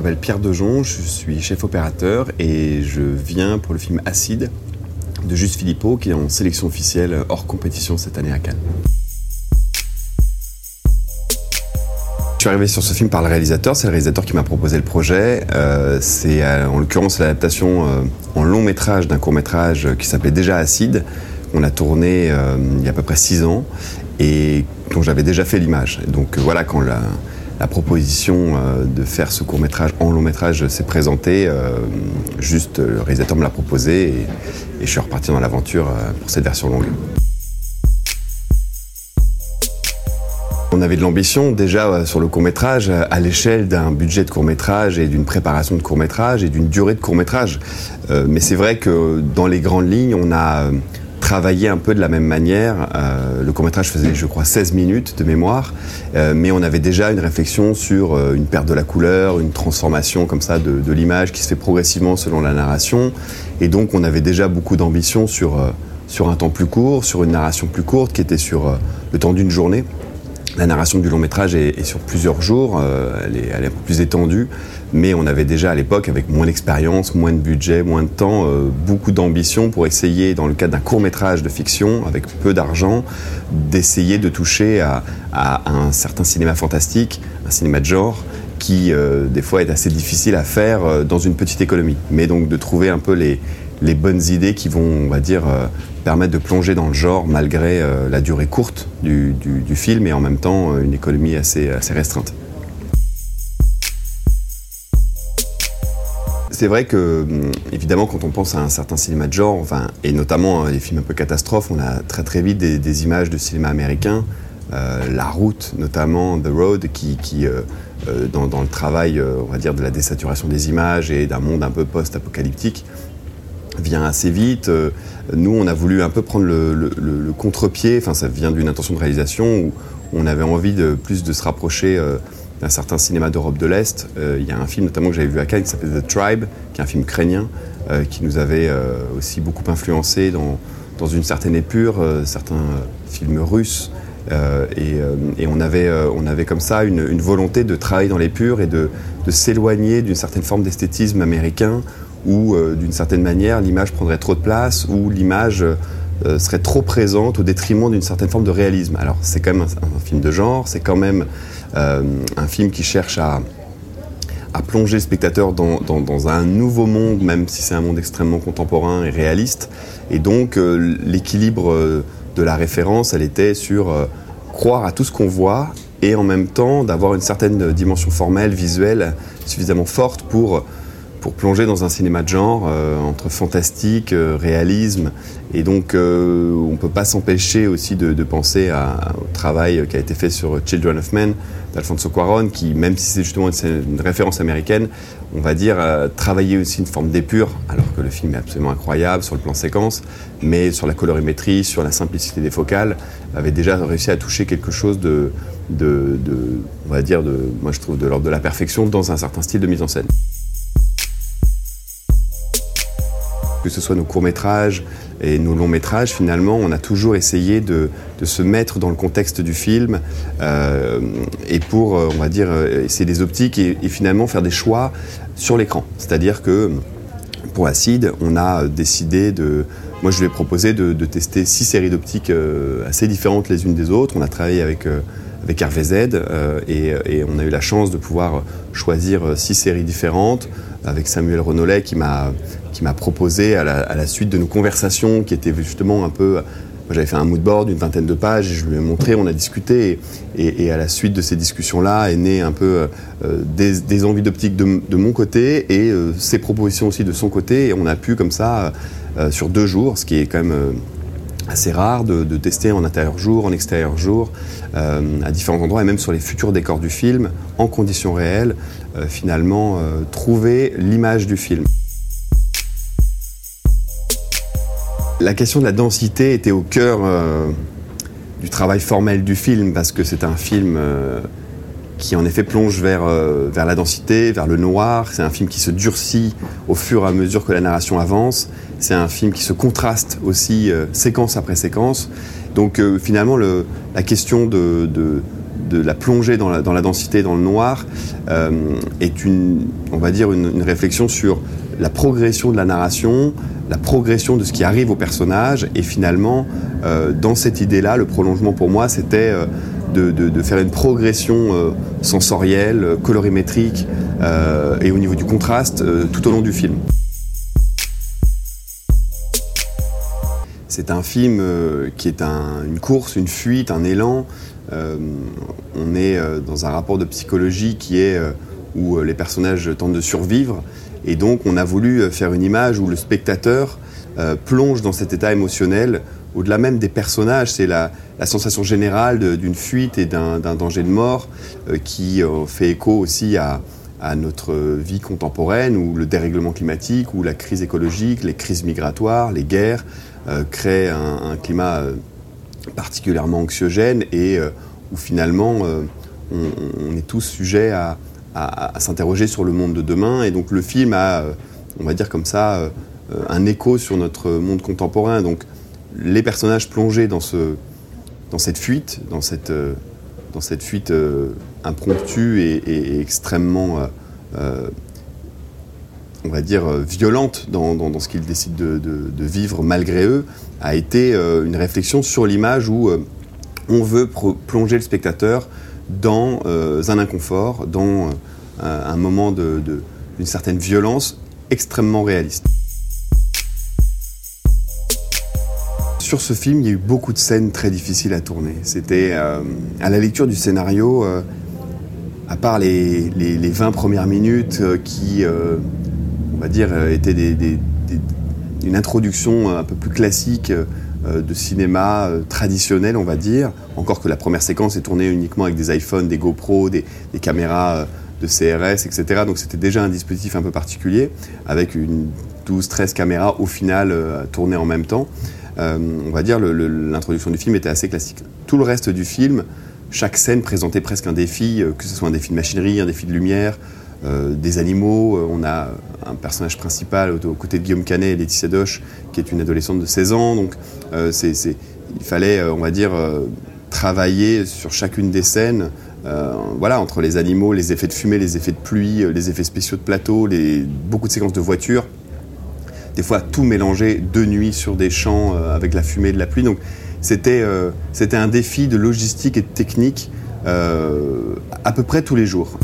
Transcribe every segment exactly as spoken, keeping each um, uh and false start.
m'appelle Pierre Dejon, je suis chef opérateur et je viens pour le film Acide de Juste Philippot qui est en sélection officielle hors compétition cette année à Cannes. Je suis arrivé sur ce film par le réalisateur, c'est le réalisateur qui m'a proposé le projet. Euh, c'est euh, en l'occurrence l'adaptation euh, en long métrage d'un court métrage qui s'appelait déjà Acide, qu'on a tourné euh, il y a à peu près six ans et dont j'avais déjà fait l'image. Donc euh, voilà, quand la, la proposition euh, de faire ce court métrage en long métrage s'est présentée, euh, juste le réalisateur me l'a proposé et, et je suis reparti dans l'aventure euh, pour cette version longue. On avait de l'ambition déjà sur le court-métrage à l'échelle d'un budget de court-métrage et d'une préparation de court-métrage et d'une durée de court-métrage. Euh, mais c'est vrai que dans les grandes lignes, on a travaillé un peu de la même manière. Euh, le court-métrage faisait, je crois, seize minutes de mémoire, euh, mais on avait déjà une réflexion sur euh, une perte de la couleur, une transformation comme ça de, de l'image qui se fait progressivement selon la narration. Et donc on avait déjà beaucoup d'ambition sur, euh, sur un temps plus court, sur une narration plus courte qui était sur euh, le temps d'une journée. La narration du long métrage est, est sur plusieurs jours, euh, elle, est, elle est un peu plus étendue, mais on avait déjà à l'époque, avec moins d'expérience, moins de budget, moins de temps, euh, beaucoup d'ambition pour essayer, dans le cadre d'un court métrage de fiction, avec peu d'argent, d'essayer de toucher à, à un certain cinéma fantastique, un cinéma de genre, qui euh, des fois est assez difficile à faire euh, dans une petite économie. Mais donc de trouver un peu les, les bonnes idées qui vont, on va dire, euh, permettre de plonger dans le genre malgré euh, la durée courte du, du, du film et en même temps euh, une économie assez, assez restreinte. C'est vrai que, évidemment, quand on pense à un certain cinéma de genre, enfin, et notamment les films un peu catastrophes, on a très très vite des, des images de cinéma américain, euh, La Route notamment, The Road, qui, qui euh, dans, dans le travail, euh, on va dire, de la désaturation des images et d'un monde un peu post-apocalyptique, vient assez vite. Nous, on a voulu un peu prendre le, le, le contre-pied, enfin ça vient d'une intention de réalisation où on avait envie de plus de se rapprocher euh, d'un certain cinéma d'Europe de l'Est. Euh, il y a un film notamment que j'avais vu à Cannes qui s'appelle The Tribe, qui est un film ukrainien, euh, qui nous avait euh, aussi beaucoup influencé dans, dans une certaine épure, euh, certains films russes. Euh, et, euh, et on avait, euh, on avait comme ça une, une volonté de travailler dans l'épure et de, de s'éloigner d'une certaine forme d'esthétisme américain où, euh, d'une certaine manière, l'image prendrait trop de place, où l'image euh, serait trop présente au détriment d'une certaine forme de réalisme. Alors, c'est quand même un, un film de genre, c'est quand même euh, un film qui cherche à, à plonger le spectateur dans, dans, dans un nouveau monde, même si c'est un monde extrêmement contemporain et réaliste. Et donc, euh, l'équilibre euh, de la référence, elle était sur euh, croire à tout ce qu'on voit et en même temps d'avoir une certaine dimension formelle, visuelle, suffisamment forte pour... pour plonger dans un cinéma de genre, euh, entre fantastique, euh, réalisme. Et donc, euh, on ne peut pas s'empêcher aussi de, de penser à, au travail qui a été fait sur Children of Men d'Alfonso Cuarón, qui, même si c'est justement une, une référence américaine, on va dire, euh, travailler aussi une forme d'épure, alors que le film est absolument incroyable sur le plan séquence, mais sur la colorimétrie, sur la simplicité des focales, avait déjà réussi à toucher quelque chose de, de, de on va dire, de, moi je trouve, de l'ordre de la perfection dans un certain style de mise en scène. Que ce soit nos courts-métrages et nos longs-métrages, finalement, on a toujours essayé de, de se mettre dans le contexte du film euh, et pour, on va dire, essayer des optiques et, et finalement faire des choix sur l'écran. C'est-à-dire que pour Acide, on a décidé de... Moi, je lui ai proposé de, de tester six séries d'optiques euh, assez différentes les unes des autres. On a travaillé avec... Euh, avec R V Z euh, et, et on a eu la chance de pouvoir choisir six séries différentes avec Samuel Renollet qui m'a, qui m'a proposé à la, à la suite de nos conversations qui étaient justement un peu... Moi, j'avais fait un mood board d'une vingtaine de pages et je lui ai montré, on a discuté et, et, et à la suite de ces discussions-là est né un peu euh, des, des envies d'optique de, de mon côté et euh, ses propositions aussi de son côté et on a pu comme ça euh, sur deux jours, ce qui est quand même... Euh, assez rare de, de tester en intérieur jour, en extérieur jour, euh, à différents endroits et même sur les futurs décors du film, en conditions réelles, euh, finalement euh, trouver l'image du film. La question de la densité était au cœur euh, du travail formel du film parce que c'est un film euh, qui en effet plonge vers, euh, vers la densité, vers le noir. C'est un film qui se durcit au fur et à mesure que la narration avance. C'est un film qui se contraste aussi euh, séquence après séquence. Donc euh, finalement, le, la question de, de, de la plongée dans la, dans la densité, dans le noir, euh, est une, on va dire une, une réflexion sur la progression de la narration, la progression de ce qui arrive au personnage, et finalement, euh, dans cette idée-là, le prolongement pour moi, c'était euh, de, de, de faire une progression euh, sensorielle, colorimétrique, euh, et au niveau du contraste, euh, tout au long du film. C'est un film euh, qui est un, une course, une fuite, un élan. Euh, on est euh, dans un rapport de psychologie qui est euh, où euh, les personnages tentent de survivre. Et donc on a voulu faire une image où le spectateur euh, plonge dans cet état émotionnel. Au-delà même des personnages, c'est la, la sensation générale de, d'une fuite et d'un, d'un danger de mort euh, qui euh, fait écho aussi à, à notre vie contemporaine, où le dérèglement climatique, où la crise écologique, les crises migratoires, les guerres, Euh, crée un, un climat euh, particulièrement anxiogène et euh, où finalement euh, on, on est tous sujets à, à, à s'interroger sur le monde de demain. Et donc le film a, euh, on va dire comme ça, euh, un écho sur notre monde contemporain. Donc les personnages plongés dans, ce, dans cette fuite, dans cette, euh, dans cette fuite euh, impromptue et, et, et extrêmement euh, euh, on va dire, violente dans, dans, dans ce qu'ils décident de, de, de vivre malgré eux, a été euh, une réflexion sur l'image où euh, on veut pro- plonger le spectateur dans euh, un inconfort, dans euh, un moment de, de, d'une certaine violence extrêmement réaliste. Sur ce film, il y a eu beaucoup de scènes très difficiles à tourner. C'était, euh, à la lecture du scénario, euh, à part les, les, les vingt premières minutes euh, qui... Euh, on va dire, était des, des, des, une introduction un peu plus classique euh, de cinéma euh, traditionnel, on va dire. Encore que la première séquence est tournée uniquement avec des iPhones, des GoPro, des, des caméras euh, de C R S, et cetera. Donc c'était déjà un dispositif un peu particulier, avec une douze treize caméras au final euh, tournées en même temps. Euh, on va dire, le, le, l'introduction du film était assez classique. Tout le reste du film, chaque scène présentait presque un défi, euh, que ce soit un défi de machinerie, un défi de lumière, Euh, des animaux. Euh, on a un personnage principal aux côtés de Guillaume Canet et Laetitia Doche, qui est une adolescente de seize ans. Donc, euh, c'est, c'est, il fallait, euh, on va dire, euh, travailler sur chacune des scènes, euh, voilà, entre les animaux, les effets de fumée, les effets de pluie, euh, les effets spéciaux de plateau, les, beaucoup de séquences de voitures. Des fois, tout mélangé de nuit sur des champs euh, avec la fumée et de la pluie. Donc, c'était, euh, c'était un défi de logistique et de technique euh, à peu près tous les jours.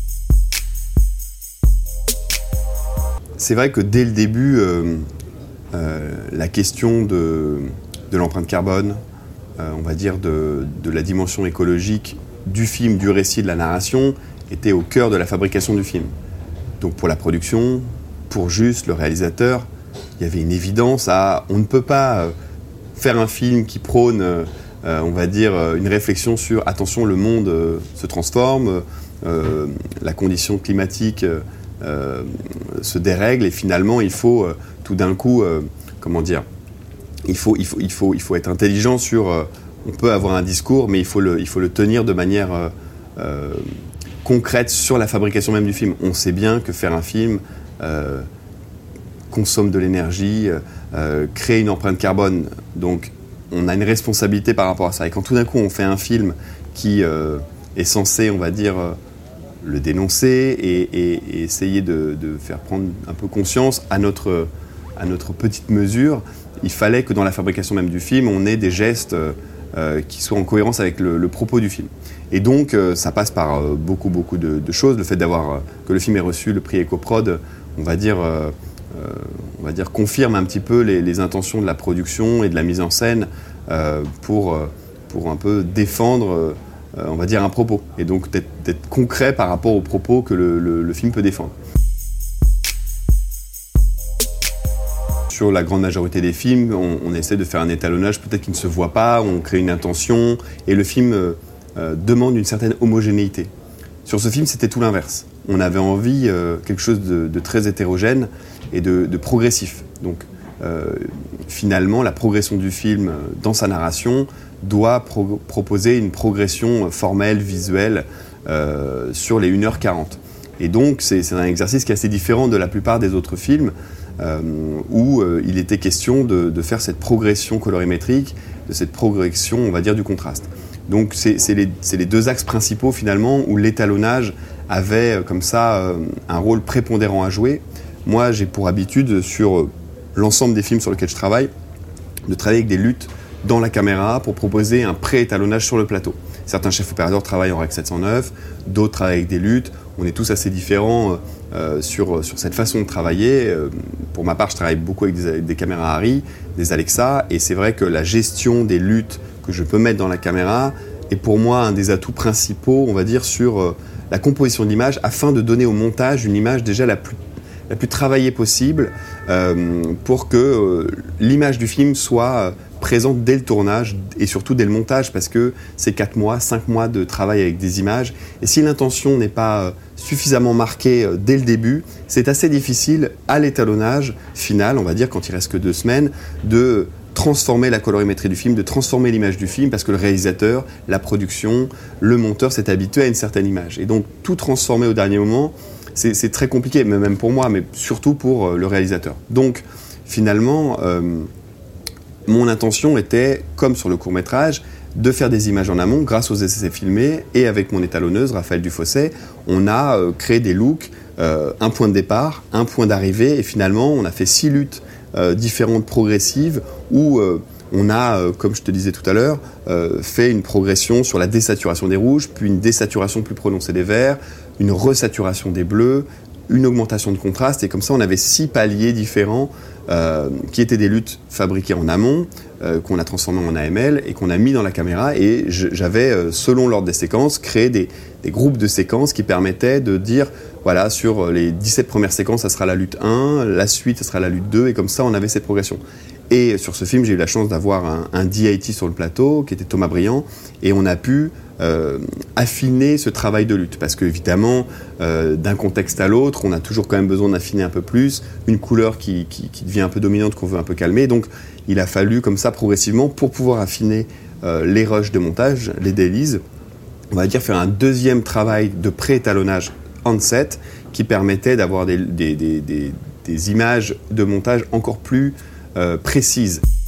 C'est vrai que dès le début, euh, euh, la question de, de l'empreinte carbone, euh, on va dire de, de la dimension écologique du film, du récit, de la narration, était au cœur de la fabrication du film. Donc pour la production, pour Juste, le réalisateur, il y avait une évidence à... On ne peut pas faire un film qui prône, euh, on va dire, une réflexion sur « attention, le monde euh, se transforme, euh, la condition climatique... Euh, Euh, se dérègle et finalement il faut euh, tout d'un coup, euh, comment dire, il faut, il faut, il faut, il faut être intelligent sur, euh, on peut avoir un discours mais il faut le, il faut le tenir de manière euh, euh, concrète sur la fabrication même du film. On sait bien que faire un film euh, consomme de l'énergie, euh, crée une empreinte carbone, donc on a une responsabilité par rapport à ça. Et quand tout d'un coup on fait un film qui euh, est censé, on va dire, euh, le dénoncer et, et, et essayer de, de faire prendre un peu conscience à notre, à notre petite mesure, il fallait que dans la fabrication même du film, on ait des gestes euh, qui soient en cohérence avec le, le propos du film. Et donc, euh, ça passe par euh, beaucoup, beaucoup de, de choses. Le fait d'avoir, euh, que le film ait reçu le prix EcoProd, on va dire, euh, euh, on va dire confirme un petit peu les, les intentions de la production et de la mise en scène euh, pour, pour un peu défendre... Euh, Euh, on va dire un propos, et donc d'être, d'être concret par rapport aux propos que le, le, le film peut défendre. Sur la grande majorité des films, on, on essaie de faire un étalonnage peut-être qui ne se voit pas, on crée une intention, et le film euh, euh, demande une certaine homogénéité. Sur ce film, c'était tout l'inverse. On avait envie euh, quelque chose de, de très hétérogène et de, de progressif. Donc, euh, finalement, la progression du film dans sa narration doit pro- proposer une progression formelle, visuelle, euh, sur les une heure quarante. Et donc, c'est, c'est un exercice qui est assez différent de la plupart des autres films, euh, où euh, il était question de, de faire cette progression colorimétrique, de cette progression, on va dire, du contraste. Donc c'est, c'est, les, c'est les deux axes principaux finalement où l'étalonnage avait comme ça euh, un rôle prépondérant à jouer. Moi j'ai pour habitude sur euh, l'ensemble des films sur lesquels je travaille de travailler avec des luttes dans la caméra pour proposer un pré-étalonnage sur le plateau. Certains chefs opérateurs travaillent en Rec sept cent neuf, d'autres travaillent avec des luttes. On est tous assez différents euh, sur, sur cette façon de travailler. Euh, pour ma part, je travaille beaucoup avec des, des caméras Arri, des Alexa, et c'est vrai que la gestion des luttes que je peux mettre dans la caméra est pour moi un des atouts principaux, on va dire, sur euh, la composition de l'image, afin de donner au montage une image déjà la plus, la plus travaillée possible, euh, pour que euh, l'image du film soit euh, présente dès le tournage et surtout dès le montage, parce que c'est quatre mois, cinq mois de travail avec des images. Et si l'intention n'est pas suffisamment marquée dès le début, c'est assez difficile à l'étalonnage final, on va dire quand il reste que deux semaines, de transformer la colorimétrie du film, de transformer l'image du film, parce que le réalisateur, la production, le monteur s'est habitué à une certaine image. Et donc tout transformer au dernier moment, c'est, c'est très compliqué, même pour moi, mais surtout pour le réalisateur. Donc finalement, euh, mon intention était, comme sur le court-métrage, de faire des images en amont grâce aux essais filmés, et avec mon étalonneuse, Raphaël Dufosset, on a euh, créé des looks, euh, un point de départ, un point d'arrivée, et finalement on a fait six luttes euh, différentes progressives où euh, on a, euh, comme je te disais tout à l'heure, euh, fait une progression sur la désaturation des rouges, puis une désaturation plus prononcée des verts, une resaturation des bleus, une augmentation de contraste, et comme ça on avait six paliers différents euh, qui étaient des luttes fabriquées en amont, euh, qu'on a transformées en A M L et qu'on a mis dans la caméra, et je, j'avais, euh, selon l'ordre des séquences, créé des, des groupes de séquences qui permettaient de dire, voilà, sur les dix-sept premières séquences, ça sera la lutte un, la suite, ça sera la lutte deux, et comme ça on avait cette progression. Et sur ce film, j'ai eu la chance d'avoir un, un D I T sur le plateau, qui était Thomas Briand, et on a pu euh, affiner ce travail de lutte. Parce qu'évidemment, euh, d'un contexte à l'autre, on a toujours quand même besoin d'affiner un peu plus, une couleur qui, qui, qui devient un peu dominante, qu'on veut un peu calmer. Donc, il a fallu comme ça, progressivement, pour pouvoir affiner euh, les rushs de montage, les dailies, on va dire faire un deuxième travail de pré-étalonnage on-set, qui permettait d'avoir des, des, des, des, des images de montage encore plus Euh, précise.